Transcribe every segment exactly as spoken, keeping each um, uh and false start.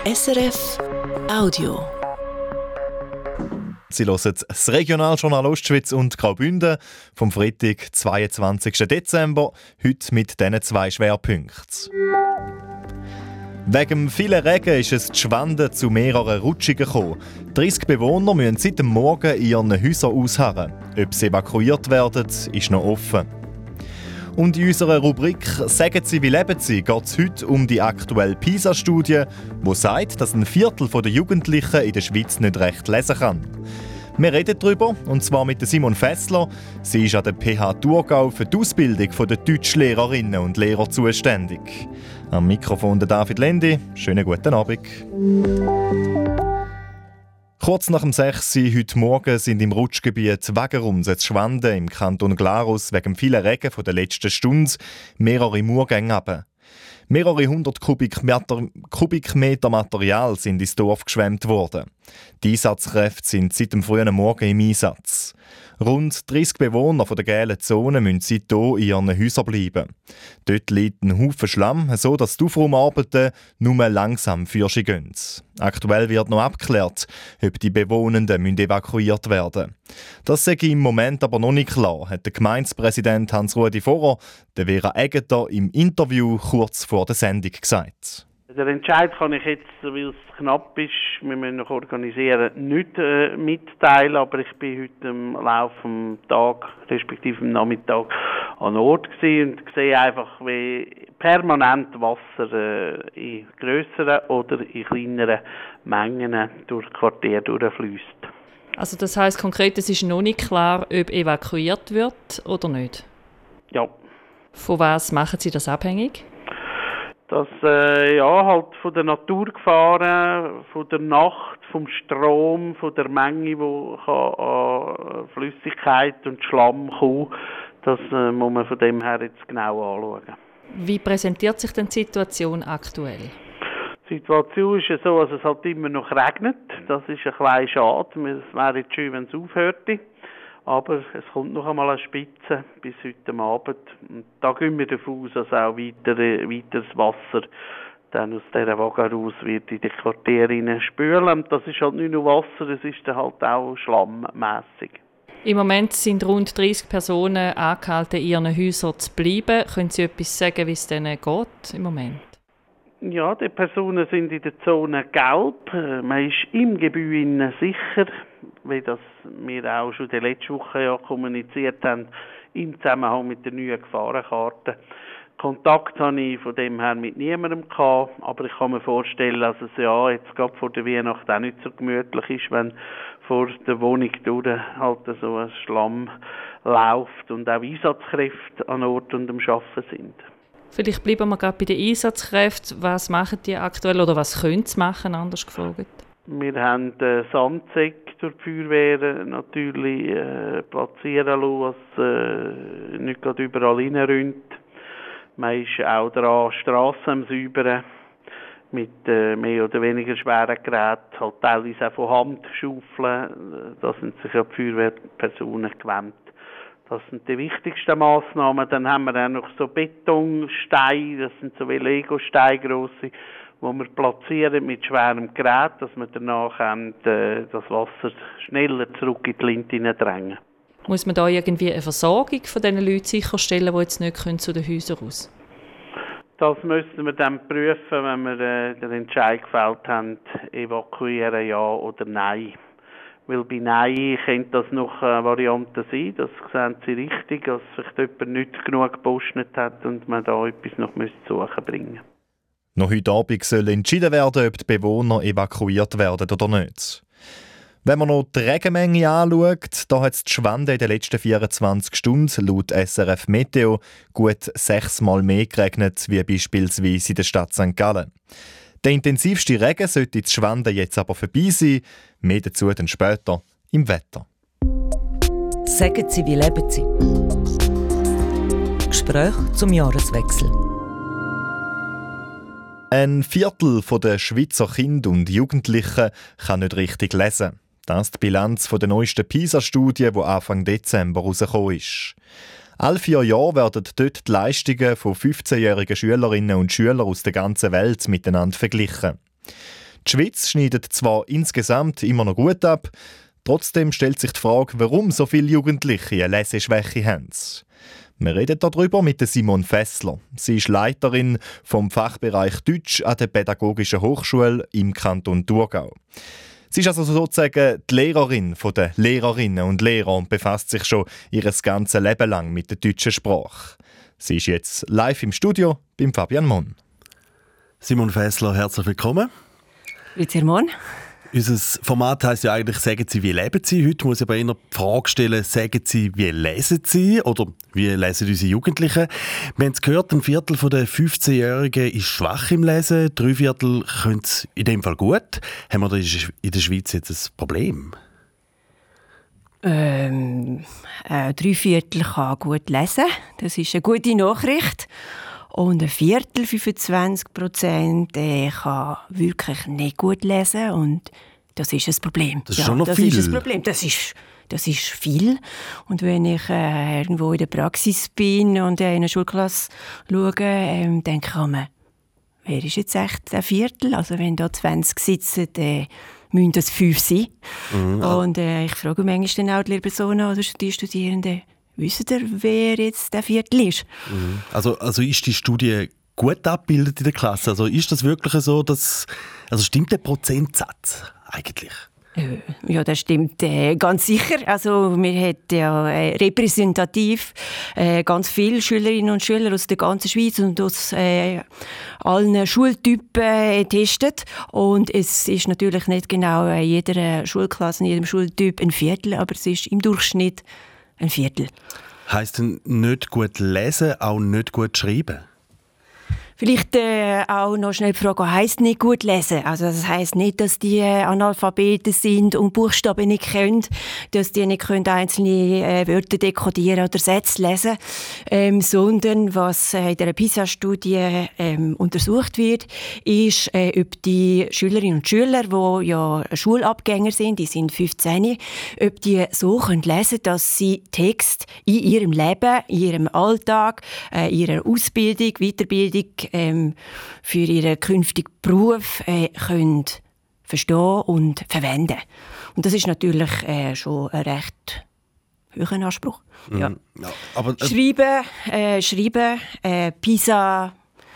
S R F Audio. Sie hören das Regionaljournal Ostschweiz und Graubünden vom Freitag, zweiundzwanzigsten Dezember, heute mit diesen zwei Schwerpunkten. Wegen vielen Regen ist es in Schwanden zu mehreren Rutschungen gekommen. dreißig Bewohner müssen seit dem Morgen in ihren Häusern ausharren. Ob sie evakuiert werden, ist noch offen. Und in unserer Rubrik «Sagen Sie, wie leben Sie?» geht es heute um die aktuelle PISA-Studie, die sagt, dass ein Viertel der Jugendlichen in der Schweiz nicht recht lesen kann. Wir reden darüber, und zwar mit Simon Fessler. Sie ist an der P H Thurgau für die Ausbildung der Deutschlehrerinnen und Lehrer zuständig. Am Mikrofon der David Lendi. Schönen guten Abend. Kurz nach dem sechs Uhr heute Morgen sind im Rutschgebiet Wagerums in Schwanden im Kanton Glarus wegen vielen Regen von der letzten Stunde mehrere Murgänge runter. Mehrere hundert Kubikmeter, Kubikmeter Material sind ins Dorf geschwemmt worden. Die Einsatzkräfte sind seit dem frühen Morgen im Einsatz. Rund dreißig Bewohner von der gelben Zone müssen seitdem in ihren Häusern bleiben. Dort liegt ein Haufen Schlamm, so dass die Aufraumarbeiten nur langsam für sie gehen. Aktuell wird noch abgeklärt, ob die Bewohnenden müssen evakuiert werden. Das sei im Moment aber noch nicht klar, hat der Gemeindepräsident Hans-Rudi Vorer der Vera Egger im Interview kurz vor der Sendung gesagt. Der Entscheid kann ich jetzt, weil es knapp ist, wir müssen noch organisieren, nicht äh, mitteilen, aber ich bin heute im Laufe des Tages, respektive am Nachmittag, an Ort gewesen und sehe einfach, wie permanent Wasser äh, in grösseren oder in kleineren Mengen durch das Quartier durchfließt. Also das heisst konkret, es ist noch nicht klar, ob evakuiert wird oder nicht? Ja. Von was machen Sie das abhängig? Das äh, ja, halt von der Naturgefahren, von der Nacht, vom Strom, von der Menge, die kann an Flüssigkeit und Schlamm kommen, das äh, muss man von dem her jetzt genau anschauen. Wie präsentiert sich denn die Situation aktuell? Die Situation ist ja so, dass es halt immer noch regnet. Das ist ein bisschen schade. Es wäre jetzt schön, wenn es aufhörte. Aber es kommt noch einmal eine Spitze bis heute Abend. Und da gehen wir davon aus, dass auch weiter, weiteres Wasser dann aus dieser Wagen raus wird in die Quartiere spülen. Das ist halt nicht nur Wasser, es ist dann halt auch schlammmässig. Im Moment sind rund dreißig Personen angehalten, in ihren Häusern zu bleiben. Können Sie etwas sagen, wie es denen geht im Moment? Ja, die Personen sind in der Zone gelb. Man ist im Gebäude sicher, wie das wir auch schon die letzte Woche ja kommuniziert haben, im Zusammenhang mit der neuen Gefahrenkarte. Kontakt hatte ich von dem her mit niemandem gehabt, aber ich kann mir vorstellen, dass es ja jetzt gerade vor der Weihnacht auch nicht so gemütlich ist, wenn vor der Wohnung durch halt so ein Schlamm läuft und auch Einsatzkräfte an Ort und am Arbeiten sind. Vielleicht bleiben wir gerade bei den Einsatzkräften. Was machen die aktuell oder was können sie machen, anders gefragt? Wir haben den Sandsäck durch die Feuerwehr natürlich äh, platzieren lassen, was äh, nicht gerade überall reinrührt. Man ist auch dran, Strassen am Säubern mit äh, mehr oder weniger schweren Geräten, halt teilweise auch von Hand schaufeln. Da sind sich ja die Feuerwehrpersonen gewöhnt. Das sind die wichtigsten Massnahmen. Dann haben wir auch noch so Betonsteine, das sind so wie Lego-Steine grosse, wo wir platzieren mit schwerem Gerät, dass wir danach haben, äh, das Wasser schneller zurück in die Linte drängen. Muss man da irgendwie eine Versorgung von diesen Leuten sicherstellen, die jetzt nicht können zu den Häusern raus? Das müssen wir dann prüfen, wenn wir äh, den Entscheid gefällt haben, evakuieren ja oder nein. Weil bei Nein könnte das noch eine Variante sein, das sehen Sie richtig, dass vielleicht jemand nicht genug gepostet hat und man da etwas noch zu suchen bringen. Noch heute Abend soll entschieden werden, ob die Bewohner evakuiert werden oder nicht. Wenn man noch die Regenmenge anschaut, da hat es in Schwanden in den letzten vierundzwanzig Stunden laut S R F Meteo gut sechsmal mehr geregnet wie beispielsweise in der Stadt Sankt Gallen. Der intensivste Regen sollte in Schwanden jetzt aber vorbei sein. Mehr dazu dann später im Wetter. Sagen Sie, wie leben Sie? Gespräch zum Jahreswechsel. Ein Viertel der Schweizer Kinder und Jugendlichen kann nicht richtig lesen. Das ist die Bilanz der neuesten PISA-Studie, die Anfang Dezember herausgekommen ist. Alle vier Jahre werden dort die Leistungen von fünfzehnjährigen Schülerinnen und Schülern aus der ganzen Welt miteinander verglichen. Die Schweiz schneidet zwar insgesamt immer noch gut ab, trotzdem stellt sich die Frage, warum so viele Jugendliche eine Leseschwäche haben. Wir reden darüber mit Simone Fessler. Sie ist Leiterin vom Fachbereich Deutsch an der Pädagogischen Hochschule im Kanton Thurgau. Sie ist also sozusagen die Lehrerin der Lehrerinnen und Lehrer und befasst sich schon ihr ganzes Leben lang mit der deutschen Sprache. Sie ist jetzt live im Studio beim Fabian Mon. Simone Fessler, herzlich willkommen. Grüezi, Herr Mon. Unser Format heisst ja eigentlich «Sagen Sie, wie leben Sie?». Heute muss ich aber eher die Frage stellen, «Sagen Sie, wie lesen Sie?» oder «Wie lesen unsere Jugendlichen?». Wir haben es gehört, ein Viertel der fünfzehnjährigen ist schwach im Lesen, drei Viertel können es in dem Fall gut. Haben wir in der Schweiz jetzt ein Problem? Ähm, äh, drei Viertel kann gut lesen, das ist eine gute Nachricht. Und ein Viertel, fünfundzwanzig Prozent, äh, kann wirklich nicht gut lesen. Und das ist ein Problem. Das ist ja, schon noch das viel. Ist ein Problem. Das ist, das ist viel. Und wenn ich äh, irgendwo in der Praxis bin und äh, in einer Schulklasse schaue, äh, denke ich mir, wer ist jetzt echt ein Viertel? Also wenn da zwanzig sitzen, äh, müssen das fünf sein. Mhm. Und äh, ich frage manchmal dann auch die Lehrpersonen oder die Studierenden, wisst ihr, wer jetzt der Viertel ist? Mhm. Also, also ist die Studie gut abgebildet in der Klasse? Also ist das wirklich so, dass, also stimmt der Prozentsatz eigentlich? Ja, das stimmt äh, ganz sicher. Also wir haben ja äh, repräsentativ äh, ganz viele Schülerinnen und Schüler aus der ganzen Schweiz und aus äh, allen Schultypen äh, getestet. Und es ist natürlich nicht genau in jeder Schulklasse, in jedem Schultyp ein Viertel, aber es ist im Durchschnitt ein Viertel. Heisst denn nicht gut lesen, auch nicht gut schreiben? Vielleicht äh, auch noch schnell die Frage, was heisst nicht gut lesen? Also das heisst nicht, dass die äh, Analphabeten sind und Buchstaben nicht können, dass die nicht können einzelne äh, Wörter dekodieren oder Sätze lesen, ähm, sondern was äh, in der PISA-Studie ähm, untersucht wird, ist, äh, ob die Schülerinnen und Schüler, die ja Schulabgänger sind, die sind fünfzehn, ob die so können lesen, dass sie Text in ihrem Leben, in ihrem Alltag, äh, ihrer Ausbildung, Weiterbildung Ähm, für ihren künftigen Beruf äh, können verstehen und verwenden. Und das ist natürlich äh, schon ein recht hoher Anspruch. Mhm. Ja. Ja, aber, äh, schreiben, äh, schreiben äh, PISA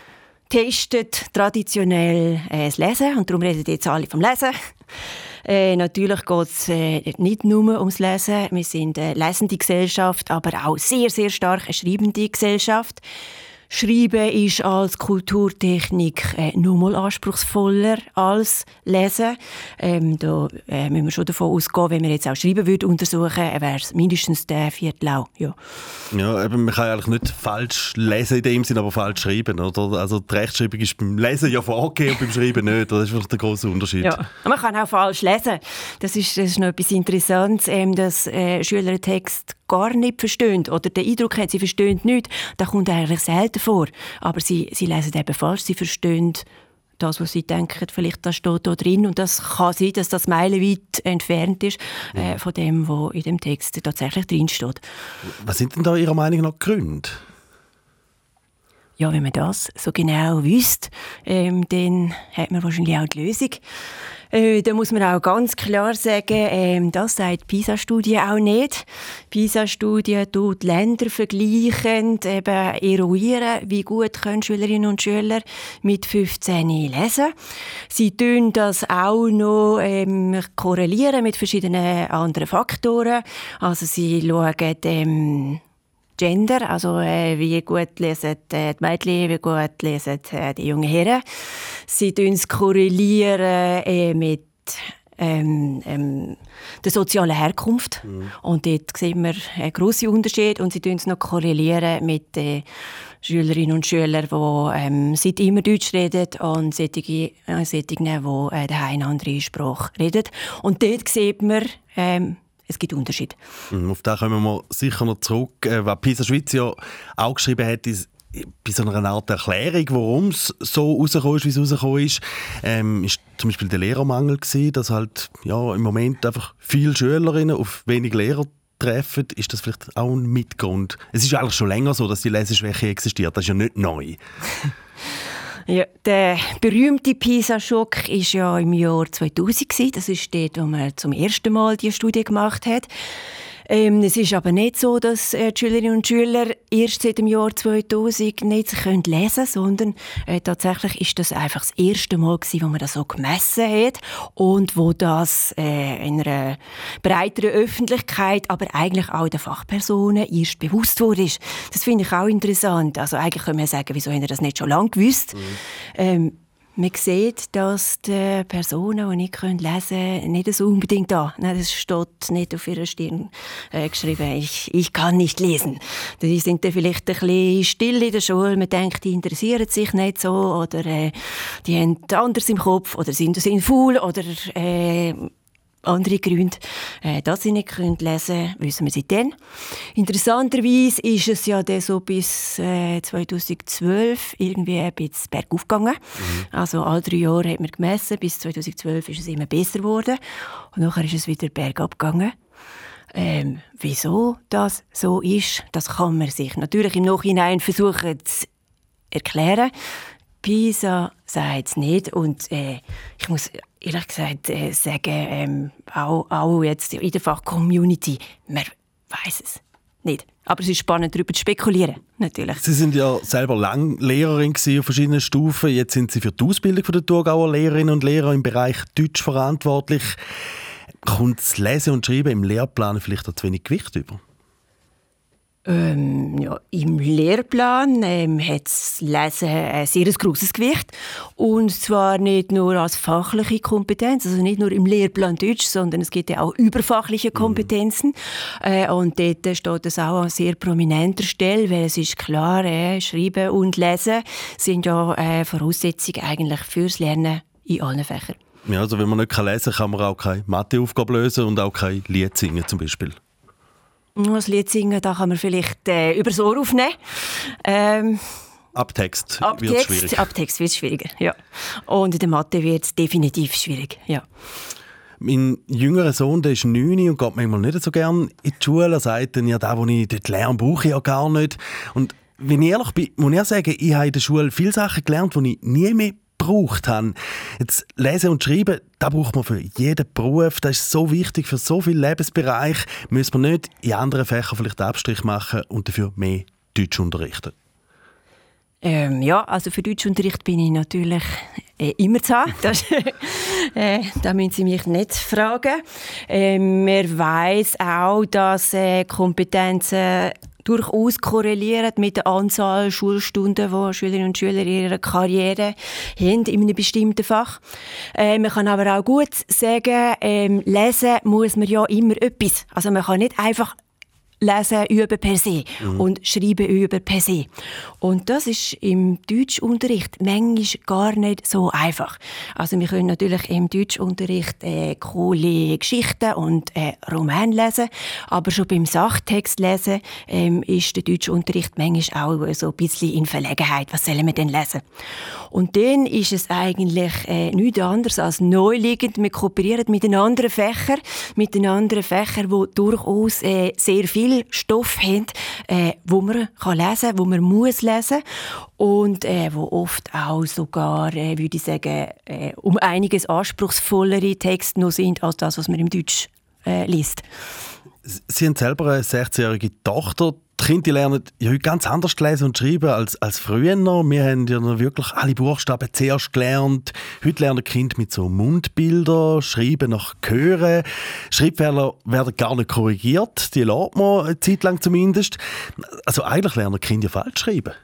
testet traditionell äh, das Lesen und darum reden jetzt alle vom Lesen. Äh, natürlich geht es äh, nicht nur ums Lesen. Wir sind eine lesende Gesellschaft, aber auch sehr, sehr stark eine schreibende Gesellschaft. Schreiben ist als Kulturtechnik äh, noch mal anspruchsvoller als Lesen. Ähm, da äh, müssen wir schon davon ausgehen, wenn wir jetzt auch Schreiben würden untersuchen, wäre es mindestens der Viertel auch. Ja, ja eben, man kann eigentlich nicht falsch lesen in dem Sinne, aber falsch schreiben. Oder? Also die Rechtschreibung ist beim Lesen ja vorgegeben und beim Schreiben nicht. Das ist wirklich der grosse Unterschied. Ja. Man kann auch falsch lesen. Das ist, das ist noch etwas Interessantes, ähm, dass äh, Schüler einen Text gar nicht verstehen oder den Eindruck haben, sie verstehen nichts. Das kommt eigentlich selten vor. Aber sie, sie lesen eben falsch, sie verstehen das, was sie denken, vielleicht das steht da drin. Und das kann sein, dass das meilenweit entfernt ist äh, von dem, was in dem Text tatsächlich drin steht. Was sind denn da Ihrer Meinung nach die Gründe? Ja, wenn man das so genau wüsste, ähm, dann hat man wahrscheinlich auch die Lösung. Äh, da muss man auch ganz klar sagen, ähm, das sagt die PISA-Studie auch nicht. Die PISA-Studie tut Länder vergleichend eben eruieren, wie gut können Schülerinnen und Schüler mit fünfzehn lesen. Sie tun das auch noch ähm, korrelieren mit verschiedenen anderen Faktoren. Also sie schauen ähm, Gender, also äh, wie gut lesen äh, die Mädchen, wie gut lesen äh, die jungen Herren. Sie tun es korrelieren äh, mit ähm, ähm, der sozialen Herkunft. Mhm. Und dort sehen wir einen grossen Unterschied. Und sie tun es noch korrelieren mit den äh, Schülerinnen und Schülern, die ähm, seit immer Deutsch reden und solche, äh, solche die äh, daheim eine andere Sprache reden. Und dort sieht man, ähm, es gibt Unterschiede. Auf das kommen wir sicher noch zurück. Was PISA Schweiz ja auch geschrieben hat, ist bei so einer Art Erklärung, warum es so rausgekommen ist, wie es rausgekommen ist, ähm, ist zum Beispiel der Lehrermangel gewesen, dass halt ja, im Moment einfach viele Schülerinnen auf wenig Lehrer treffen. Ist das vielleicht auch ein Mitgrund? Es ist eigentlich schon länger so, dass die Leseschwäche existiert. Das ist ja nicht neu. Ja, der berühmte PISA-Schock war ja im Jahr zweitausend. Das ist dort, wo man zum ersten Mal die Studie gemacht hat. Ähm, es ist aber nicht so, dass äh, die Schülerinnen und Schüler erst seit dem Jahr zweitausend nicht sich lesen können, sondern äh, tatsächlich ist das einfach das erste Mal gewesen, wo man das so gemessen hat und wo das äh, in einer breiteren Öffentlichkeit, aber eigentlich auch den Fachpersonen erst bewusst wurde. Das finde ich auch interessant. Also eigentlich können wir sagen, wieso haben wir das nicht schon lange gewusst? Mhm. Ähm, Man sieht, dass die Personen, die nicht lesen können, nicht so unbedingt da. Das steht nicht auf ihrer Stirn äh, geschrieben, ich, ich kann nicht lesen. Die sind dann vielleicht ein bisschen still in der Schule. Man denkt, die interessieren sich nicht so oder äh, die haben anders im Kopf oder sind, sind faul oder äh, andere Gründe, äh, dass sie nicht lesen können, wissen wir seitdem. Interessanterweise ist es ja dann so bis äh, zweitausendzwölf irgendwie ein bisschen bergauf gegangen. Mhm. Also alle drei Jahre hat man gemessen, bis zweitausendzwölf ist es immer besser geworden und nachher ist es wieder bergab gegangen. Ähm, wieso das so ist, das kann man sich natürlich im Nachhinein versuchen zu erklären. PISA sagt es nicht und äh, ich muss ehrlich gesagt äh, sagen, ähm, auch, auch jetzt in der Fachcommunity, man weiss es nicht. Aber es ist spannend, darüber zu spekulieren, natürlich. Sie sind ja selber lange Lehrerin auf verschiedenen Stufen. Jetzt sind Sie für die Ausbildung der Thurgauer Lehrerinnen und Lehrer im Bereich Deutsch verantwortlich. Kommt das Lesen und Schreiben im Lehrplan vielleicht auch zu wenig Gewicht über? Ähm, ja, im Lehrplan ähm, hat das Lesen ein sehr grosses Gewicht. Und zwar nicht nur als fachliche Kompetenz, also nicht nur im Lehrplan Deutsch, sondern es gibt ja auch überfachliche Kompetenzen. Mhm. Äh, und dort steht es auch an sehr prominenter Stelle, weil es ist klar, äh, Schreiben und Lesen sind ja äh, Voraussetzungen eigentlich fürs Lernen in allen Fächern. Ja, also wenn man nicht lesen kann, kann man auch keine Matheaufgabe lösen und auch kein Lied singen zum Beispiel. Das Lied singen, da kann man vielleicht äh, übers Ohr aufnehmen. Ähm, ab Text wird es schwierig. Ab Text wird es schwieriger, ja. Und in der Mathe wird es definitiv schwierig, ja. Mein jüngerer Sohn, der ist neun und geht manchmal nicht so gerne in die Schule. Er sagt dann, ja, das, was ich dort lerne, brauche ich ja gar nicht. Und wenn ich ehrlich bin, muss ich sagen, ich habe in der Schule viele Sachen gelernt, die ich nie mehr gebraucht habe. Jetzt Lesen und Schreiben, das braucht man für jeden Beruf. Das ist so wichtig für so viele Lebensbereiche. Müssen wir nicht in anderen Fächern vielleicht Abstrich machen und dafür mehr Deutsch unterrichten? Ähm, ja, also für Deutschunterricht bin ich natürlich äh, immer zu haben. Das, äh, da müssen Sie mich nicht fragen. Ähm, man weiss auch, dass äh, Kompetenzen durchaus korrelieren mit der Anzahl Schulstunden, die Schülerinnen und Schüler in ihrer Karriere haben in einem bestimmten Fach. Äh, man kann aber auch gut sagen, ähm, lesen muss man ja immer etwas. Also man kann nicht einfach Lesen üben per se mhm. und Schreiben üben per se. Und das ist im Deutschunterricht manchmal gar nicht so einfach. Also wir können natürlich im Deutschunterricht äh, coole Geschichten und äh, Romane lesen, aber schon beim Sachtext lesen ähm, ist der Deutschunterricht manchmal auch so ein bisschen in Verlegenheit. Was sollen wir denn lesen? Und dann ist es eigentlich äh, nichts anderes als neuliegend. Wir kooperieren mit den anderen Fächern, mit den anderen Fächern, die durchaus äh, sehr viel Stoff haben, äh, wo man kann lesen kann, wo man muss lesen und äh, wo oft auch sogar, äh, würde ich sagen, äh, um einiges anspruchsvollere Texte noch sind als das, was man im Deutsch äh, liest. Sie haben selber eine sechzehnjährige Tochter. Die Kinder lernen ja heute ganz anders lesen und schreiben als, als früher. Wir haben ja noch wirklich alle Buchstaben zuerst gelernt. Heute lernen Kinder mit so Mundbildern, schreiben nach Hören. Schreibfehler werden gar nicht korrigiert. Die lässt man eine Zeit lang zumindest. Also eigentlich lernen Kinder ja falsch schreiben.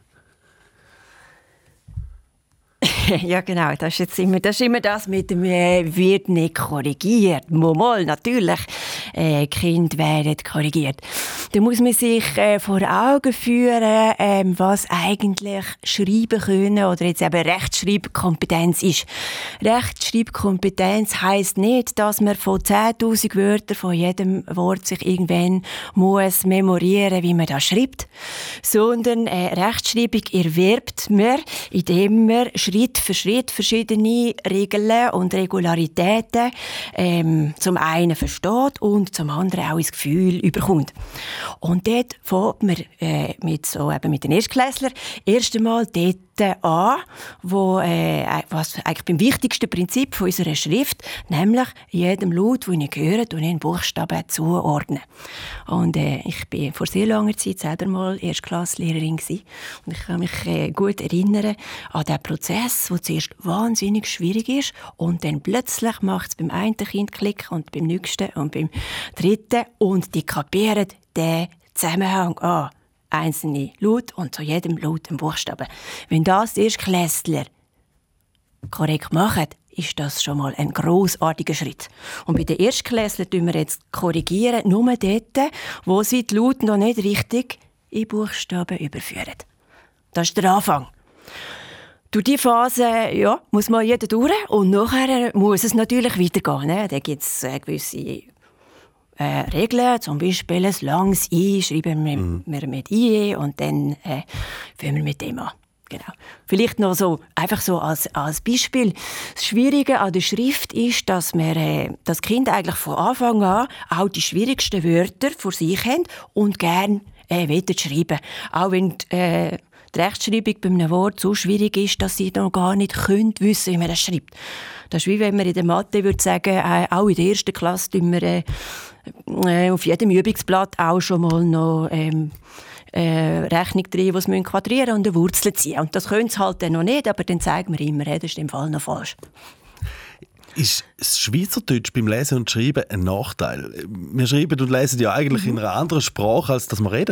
Ja, genau. Das ist, jetzt immer, das ist immer das mit dem äh, «wird nicht korrigiert». Mal, natürlich. Äh, Kinder werden korrigiert. Da muss man sich äh, vor Augen führen, äh, was eigentlich schreiben können oder jetzt eben Rechtschreibkompetenz ist. Rechtschreibkompetenz heisst nicht, dass man von zehntausend Wörtern von jedem Wort sich irgendwann muss memorieren, wie man das schreibt, sondern äh, Rechtschreibung erwerbt man, indem man Schritt für Schritt verschiedene Regeln und Regularitäten ähm, zum einen versteht und zum anderen auch ins Gefühl überkommt. Und dort fängt man äh, mit, so, eben mit den Erstklässlern erst einmal dort an, wo, äh, was eigentlich beim wichtigsten Prinzip von unserer Schrift, nämlich jedem Laut, den ich höre, und einen Buchstaben zuordnen. Und äh, ich bin vor sehr langer Zeit selber mal Erstklasslehrerin gewesen. Und ich kann mich äh, gut erinnern an den Prozess, der zuerst wahnsinnig schwierig ist und dann plötzlich macht es beim einen Kind Klick und beim nächsten und beim dritten und die kapieren den Zusammenhang an. Einzelne Laut und zu jedem Laut ein Buchstaben. Wenn das die Erstklässler korrekt machen, ist das schon mal ein grossartiger Schritt. Und bei den Erstklässlern korrigieren wir jetzt korrigieren, nur dort, wo sie die Laute noch nicht richtig in Buchstaben überführen. Das ist der Anfang. Durch diese Phase ja, muss man jeder durch und nachher muss es natürlich weitergehen. Ne? Da gibt es äh, gewisse Äh, Regeln, zum Beispiel ein langes I schreiben wir, mhm. wir mit I und dann äh, fangen wir mit dem an. Genau. Vielleicht noch so, einfach so als, als Beispiel. Das Schwierige an der Schrift ist, dass wir, äh, das Kind eigentlich von Anfang an auch die schwierigsten Wörter vor sich haben und gerne äh, schreiben. Auch wenn äh, die Rechtschreibung bei einem Wort so schwierig ist, dass sie noch gar nicht können wissen, wie man das schreibt. Das ist wie wenn man in der Mathe würde sagen, äh, auch in der ersten Klasse tun wir äh, äh, auf jedem Übungsblatt auch schon mal noch ähm, äh, Rechnung drin, die sie quadrieren und eine Wurzel ziehen. Und das können sie halt dann noch nicht, aber dann zeigen wir immer, das ist im Fall noch falsch. Ist das Schweizerdeutsch beim Lesen und Schreiben ein Nachteil? Wir schreiben und lesen ja eigentlich mhm. in einer anderen Sprache, als dass wir reden.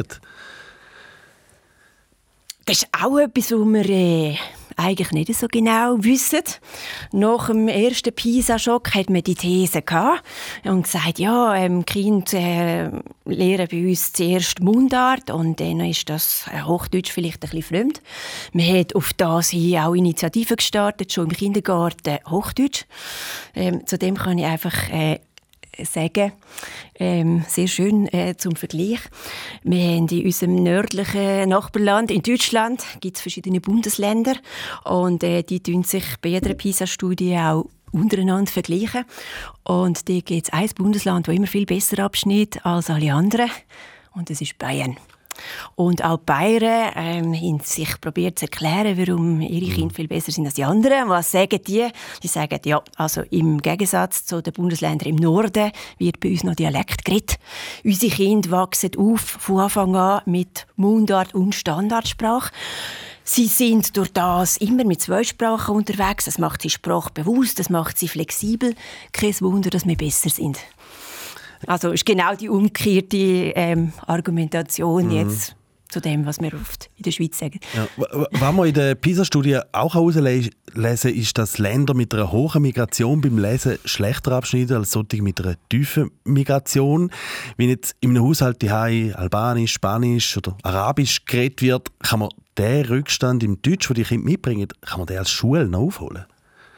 Das ist auch etwas, was wir äh, eigentlich nicht so genau wissen. Nach dem ersten PISA-Schock hat man die These gehabt und gesagt, ja, ähm, Kinder äh, lernen bei uns zuerst Mundart und dann ist das äh, Hochdeutsch vielleicht ein bisschen fremd. Man hat auf das hin auch Initiativen gestartet, schon im Kindergarten Hochdeutsch. Ähm, zudem kann ich einfach äh, sagen, ähm, sehr schön äh, zum Vergleich. Wir haben in unserem nördlichen Nachbarland, in Deutschland, gibt es verschiedene Bundesländer und äh, die tun sich bei jeder PISA-Studie auch untereinander vergleichen. Und da gibt es ein Bundesland, das immer viel besser abschneidet als alle anderen und das ist Bayern. Und auch die Bayern ähm, haben sich probiert zu erklären, warum ihre Kinder viel besser sind als die anderen. Was sagen die? Die sagen, ja, also im Gegensatz zu den Bundesländern im Norden wird bei uns noch Dialekt geredet. Unsere Kinder wachsen auf von Anfang an mit Mundart und Standardsprache. Sie sind durch das immer mit zwei Sprachen unterwegs. Das macht sie sprachbewusst, das macht sie flexibel. Kein Wunder, dass wir besser sind. Also ist genau die umgekehrte ähm, Argumentation mhm. jetzt zu dem, was wir oft in der Schweiz sagen. Ja. Was wir in der PISA-Studie auch herauslesen, ist, dass Länder mit einer hohen Migration beim Lesen schlechter abschneiden als solche mit einer tiefen Migration. Wenn jetzt in einem Haushalt die Albanisch, Spanisch oder Arabisch geredet wird, kann man den Rückstand im Deutsch, den die Kinder mitbringen, kann man den als Schule noch aufholen?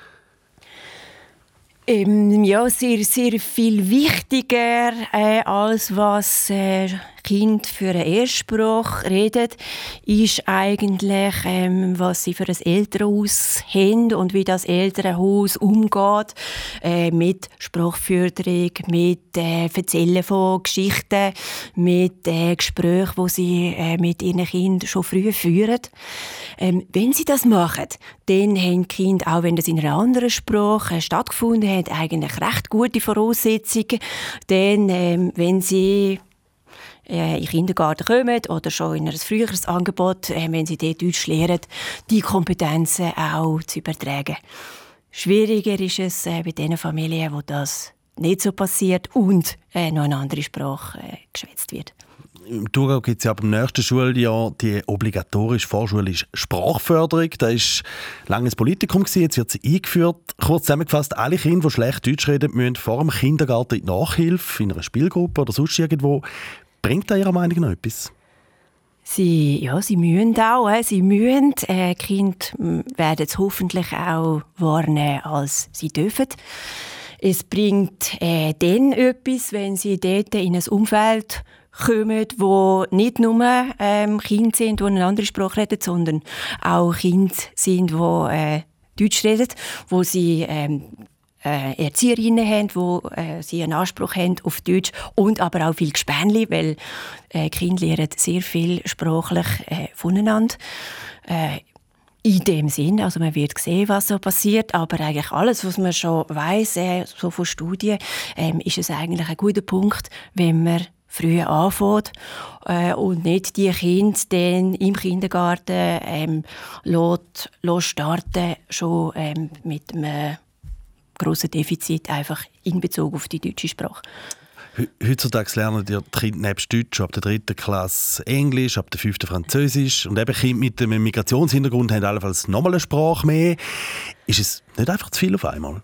Ähm, ja, sehr, sehr viel wichtiger, äh, als was äh, Kind für eine Erstsprache redet, ist eigentlich, ähm, was sie für ein Elternhaus haben und wie das Elternhaus umgeht äh, mit Sprachförderung, mit äh, Erzählen von Geschichten, mit äh, Gesprächen, die sie äh, mit ihren Kindern schon früh führen. Ähm, wenn sie das machen, dann haben die Kinder, auch wenn das in einer anderen Sprache äh, stattgefunden hat, eigentlich recht gute Voraussetzungen. Denn ähm, wenn sie äh, in den Kindergarten kommen oder schon in ein früheres Angebot, äh, wenn sie dort Deutsch lernen, die Kompetenzen auch zu übertragen. Schwieriger ist es äh, bei den Familien, wo das nicht so passiert und äh, noch eine andere Sprache äh, geschwätzt wird. Im Thurgau gibt es ja ab dem nächsten Schuljahr die obligatorische vorschulische Sprachförderung. Das war lange ein Politikum, jetzt wird sie eingeführt. Kurz zusammengefasst, alle Kinder, die schlecht Deutsch reden, müssen vor dem Kindergarten in die Nachhilfe, in einer Spielgruppe oder sonst irgendwo. Bringt das Ihrer Meinung nach etwas? Sie, ja, sie müssen auch. Äh, sie müssen. Äh, Kinder werden es hoffentlich auch wahrnehmen, als sie dürfen. Es bringt äh, dann etwas, wenn sie dort in ein Umfeld kommen, wo nicht nur ähm, Kinder sind, die eine andere Sprache reden, sondern auch Kinder sind, die äh, Deutsch reden, wo sie ähm, äh, Erzieherinnen haben, wo äh, sie einen Anspruch haben auf Deutsch und aber auch viel Gespänli, weil äh, Kinder lernen sehr viel sprachlich äh, voneinander. Äh, In dem Sinn, also man wird sehen, was so passiert, aber eigentlich alles, was man schon weiss, äh, so von Studien, ähm, ist es eigentlich ein guter Punkt, wenn man früh anfängt äh, und nicht die Kinder dann im Kindergarten ähm, lässt, lässt starten, schon ähm, mit einem grossen Defizit einfach in Bezug auf die deutsche Sprache. Heutzutage lernen die Kinder nebst Deutsch ab der dritten Klasse Englisch, ab der fünften Französisch. Und eben Kinder mit einem Migrationshintergrund haben allenfalls nochmal eine Sprache mehr. Ist es nicht einfach zu viel auf einmal?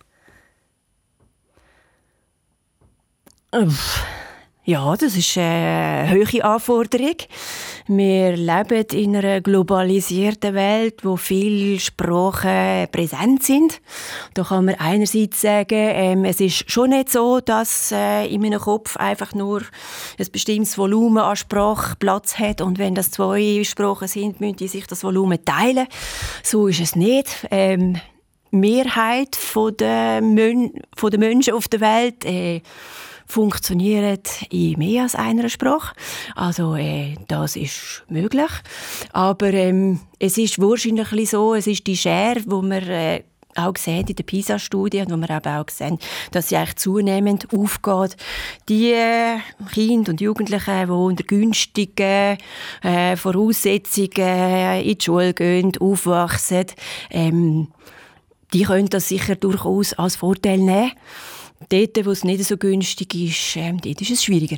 Uff. Ja, das ist eine hohe Anforderung. Wir leben in einer globalisierten Welt, wo viele Sprachen präsent sind. Da kann man einerseits sagen, ähm, es ist schon nicht so, dass äh, in meinem Kopf einfach nur ein bestimmtes Volumen an Sprache Platz hat und wenn das zwei Sprachen sind, müssen die sich das Volumen teilen. So ist es nicht. Ähm, die Mehrheit von der, Mön- von der Menschen auf der Welt äh, funktionieren in mehr als einer Sprache. Also äh, das ist möglich. Aber ähm, es ist wahrscheinlich so, es ist die Schere, wo wir äh, auch sehen in der PISA-Studie und wo wir eben auch sehen, dass sie eigentlich zunehmend aufgeht. Die äh, Kinder und Jugendlichen, die unter günstigen äh, Voraussetzungen in die Schule gehen, aufwachsen, ähm, die können das sicher durchaus als Vorteil nehmen. Dort, wo es nicht so günstig ist, ähm, dort ist es schwieriger.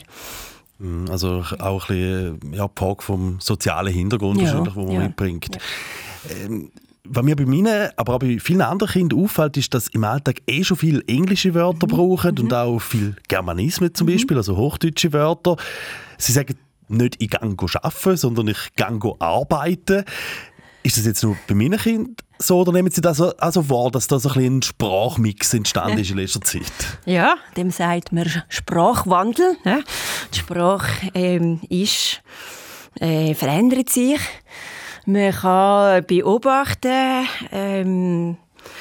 Also auch ein bisschen ja, die Frage vom sozialen Hintergrund, ja, den man ja. mitbringt. Ja. Ähm, was mir bei meinen, aber auch bei vielen anderen Kindern auffällt, ist, dass im Alltag eh schon viele englische Wörter mhm. brauchen mhm. und auch viel Germanismen zum mhm. Beispiel, also hochdeutsche Wörter. Sie sagen nicht, ich gehe arbeiten, sondern ich gehe arbeiten. Ist das jetzt nur bei meinen Kindern so, oder nehmen Sie das also wahr, dass da so ein, bisschen ein Sprachmix entstanden ist in letzter Zeit? Ja, dem sagt man Sprachwandel. Ja. Die Sprache ähm, ist, äh, verändert sich. Man kann beobachten, ähm,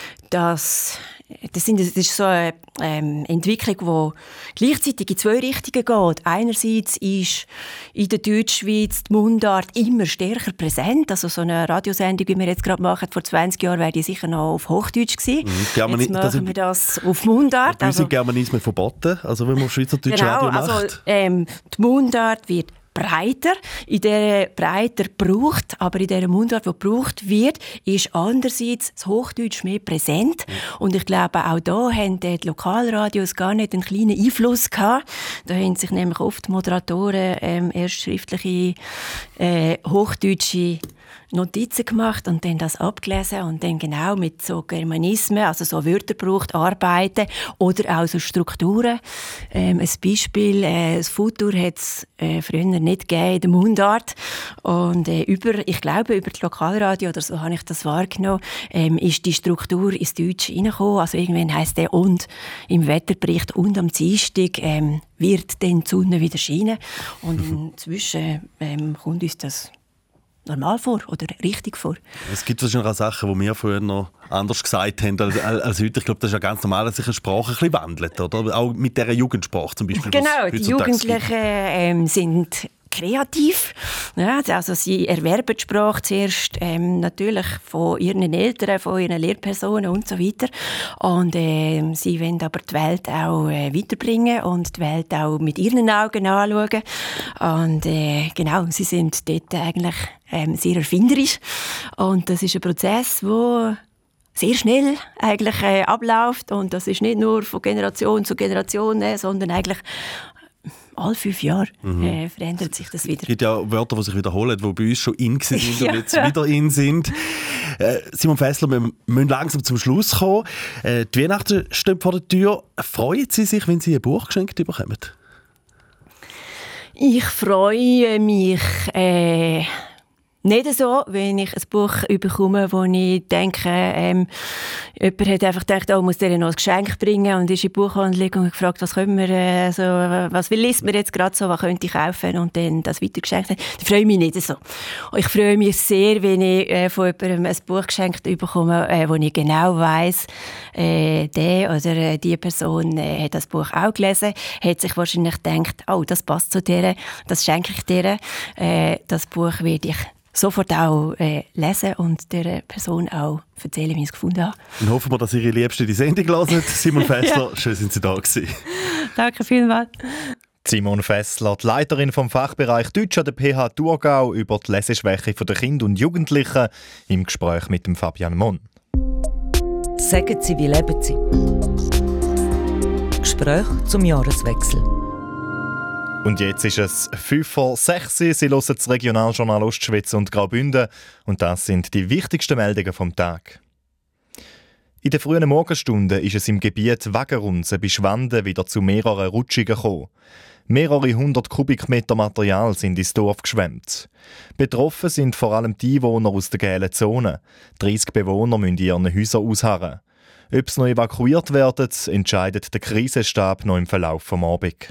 dass Das, sind, das ist so eine ähm, Entwicklung, die gleichzeitig in zwei Richtungen geht. Einerseits ist in der Deutschschweiz die Mundart immer stärker präsent. Also so eine Radiosendung, wie wir jetzt gerade machen, vor zwanzig Jahren wäre die sicher noch auf Hochdeutsch gewesen. Mhm, Germani- jetzt machen das wir das auf Mundart. Bei uns sind also, Germanismen verboten, also wenn man Schweizerdeutsch genau, Radio macht. Also, ähm, die Mundart wird breiter, in der breiter braucht, aber in der Mundart, die gebraucht wird, ist andererseits das Hochdeutsch mehr präsent. Und ich glaube, auch da haben die Lokalradios gar nicht einen kleinen Einfluss gehabt. Da haben sich nämlich oft Moderatoren ähm, erst schriftliche äh, hochdeutsche Notizen gemacht und dann das abgelesen und dann genau mit so Germanismen, also so Wörter braucht, arbeiten oder auch so Strukturen. Ähm, ein Beispiel, äh, das Futur hat es äh, früher nicht gegeben in der Mundart und äh, über, ich glaube über das Lokalradio, oder so habe ich das wahrgenommen, ähm, ist die Struktur ins Deutsche reingekommen. Also irgendwann heisst der «und» im Wetterbericht «und am Dienstag ähm, wird dann die Sonne wieder scheinen». Und inzwischen ähm, kommt uns das normal vor oder richtig vor. Es gibt wahrscheinlich auch Sachen, die wir früher noch anders gesagt haben als, als heute. Ich glaube, das ist ja ganz normal, dass sich eine Sprache ein bisschen wandelt, oder? Auch mit dieser Jugendsprache zum Beispiel. Genau, die Jugendlichen ähm, sind kreativ. Ja, also sie erwerben die Sprache zuerst ähm, natürlich von ihren Eltern, von ihren Lehrpersonen und so weiter. Und ähm, sie wollen aber die Welt auch äh, weiterbringen und die Welt auch mit ihren Augen anschauen. Und äh, genau, sie sind dort eigentlich ähm, sehr erfinderisch. Und das ist ein Prozess, der sehr schnell eigentlich äh, abläuft. Und das ist nicht nur von Generation zu Generation, äh, sondern eigentlich alle fünf Jahre mhm. äh, verändert sich das wieder. Es gibt ja Wörter, die sich wiederholen, die bei uns schon in sind ja. und jetzt wieder in sind. Äh, Simon Fessler, wir müssen langsam zum Schluss kommen. Äh, die Weihnachten stehen vor der Tür. Freuen Sie sich, wenn Sie ein Buch geschenkt bekommen? Ich freue mich äh, nicht so, wenn ich ein Buch bekomme, wo ich denke, ähm, jemand hat einfach gedacht, oh, muss der noch ein Geschenk bringen und ist in die Buchhandlung und gefragt, was können wir, äh, so, was liest mir jetzt gerade so, was könnte ich kaufen und dann das weitergeschenkt hat. Da freue ich mich nicht so. Ich freue mich sehr, wenn ich äh, von jemandem ein Buch geschenkt bekomme, äh, wo ich genau weiss, äh, der oder äh, die Person äh, hat das Buch auch gelesen, hat sich wahrscheinlich gedacht, oh, das passt zu dir, das schenke ich dir, äh, das Buch werde ich sofort auch äh, lesen und der Person auch erzählen, wie ich es gefunden habe. Dann hoffen wir, dass Ihre Liebsten die Sendung hören. Simon Fessler, ja. Schön sind Sie da gewesen. Danke vielmals. Simon Fessler, die Leiterin vom Fachbereich Deutsch an der P H Thurgau, über die Leseschwäche der Kinder und Jugendlichen im Gespräch mit dem Fabian Mon. Sagen Sie, wie leben Sie? Gespräch zum Jahreswechsel. Und jetzt ist es fünf vor sechs. Sie hören das Regionaljournal Ostschweiz und Graubünden. Und das sind die wichtigsten Meldungen vom Tag. In den frühen Morgenstunden ist es im Gebiet Wagenrunzen bei Schwanden wieder zu mehreren Rutschungen gekommen. Mehrere hundert Kubikmeter Material sind ins Dorf geschwemmt. Betroffen sind vor allem die Einwohner aus der gelben Zone. dreissig Bewohner müssen in ihren Häusern ausharren. Ob sie noch evakuiert werden, entscheidet der Krisenstab noch im Verlauf des Abends.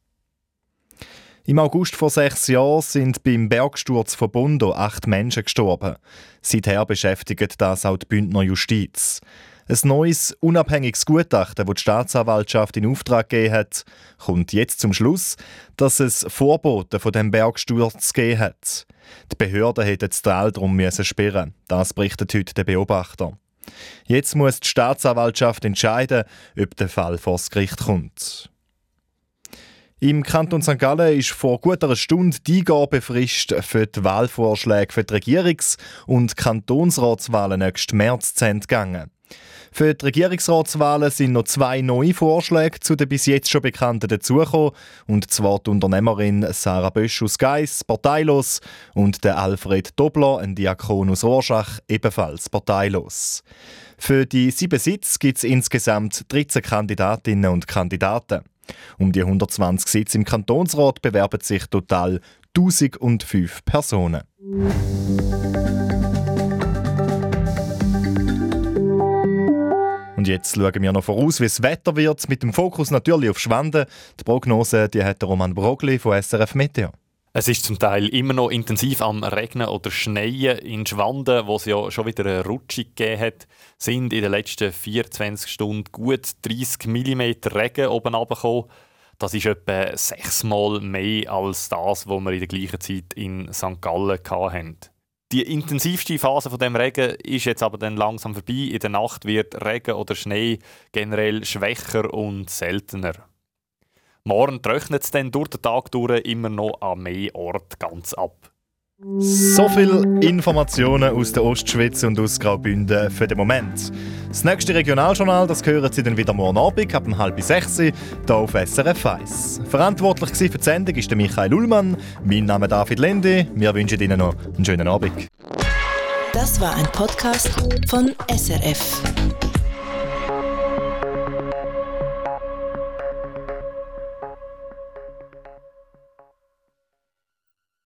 Im August vor sechs Jahren sind beim Bergsturz von Bondo acht Menschen gestorben. Seither beschäftigt das auch die Bündner Justiz. Ein neues, unabhängiges Gutachten, das die Staatsanwaltschaft in Auftrag gegeben hat, kommt jetzt zum Schluss, dass es Vorboten von dem Bergsturz gegeben hat. Die Behörden hätten das Tal darum sperren. Das berichtet heute der Beobachter. Jetzt muss die Staatsanwaltschaft entscheiden, ob der Fall vor das Gericht kommt. Im Kanton Sankt Gallen ist vor gut einer Stunde die Eingabefrist für die Wahlvorschläge für die Regierungs- und Kantonsratswahlen nächsten März zu Ende gegangen. Für die Regierungsratswahlen sind noch zwei neue Vorschläge zu den bis jetzt schon bekannten dazugekommen, und zwar die Unternehmerin Sarah Bösch aus Geiss, parteilos, und der Alfred Dobler, ein Diakon aus Rorschach, ebenfalls parteilos. Für die sieben Sitze gibt es insgesamt dreizehn Kandidatinnen und Kandidaten. Um die hundertzwanzig Sitze im Kantonsrat bewerben sich total tausendfünf Personen. Und jetzt schauen wir noch voraus, wie das Wetter wird, mit dem Fokus natürlich auf Schwanden. Die Prognose die hat Roman Brogli von S R F Meteo. Es ist zum Teil immer noch intensiv am Regnen oder Schneien. In Schwanden, wo es ja schon wieder eine Rutsche gegeben hat, sind in den letzten vierundzwanzig Stunden gut dreißig Millimeter Regen oben runtergekommen. Das ist etwa sechsmal mehr als das, was wir in der gleichen Zeit in Sankt Gallen hatten. Die intensivste Phase von dem Regen ist jetzt aber dann langsam vorbei. In der Nacht wird Regen oder Schnee generell schwächer und seltener. Morgen trocknet es dann durch den Tag durch immer noch an mehr Orten ganz ab. So viele Informationen aus der Ostschweiz und aus Graubünden für den Moment. Das nächste Regionaljournal, das hören Sie dann wieder morgen Abend ab um halb sechs hier auf S R F eins. Verantwortlich für die Sendung ist der Michael Ullmann. Mein Name ist David Lendi. Wir wünschen Ihnen noch einen schönen Abend. Das war ein Podcast von S R F.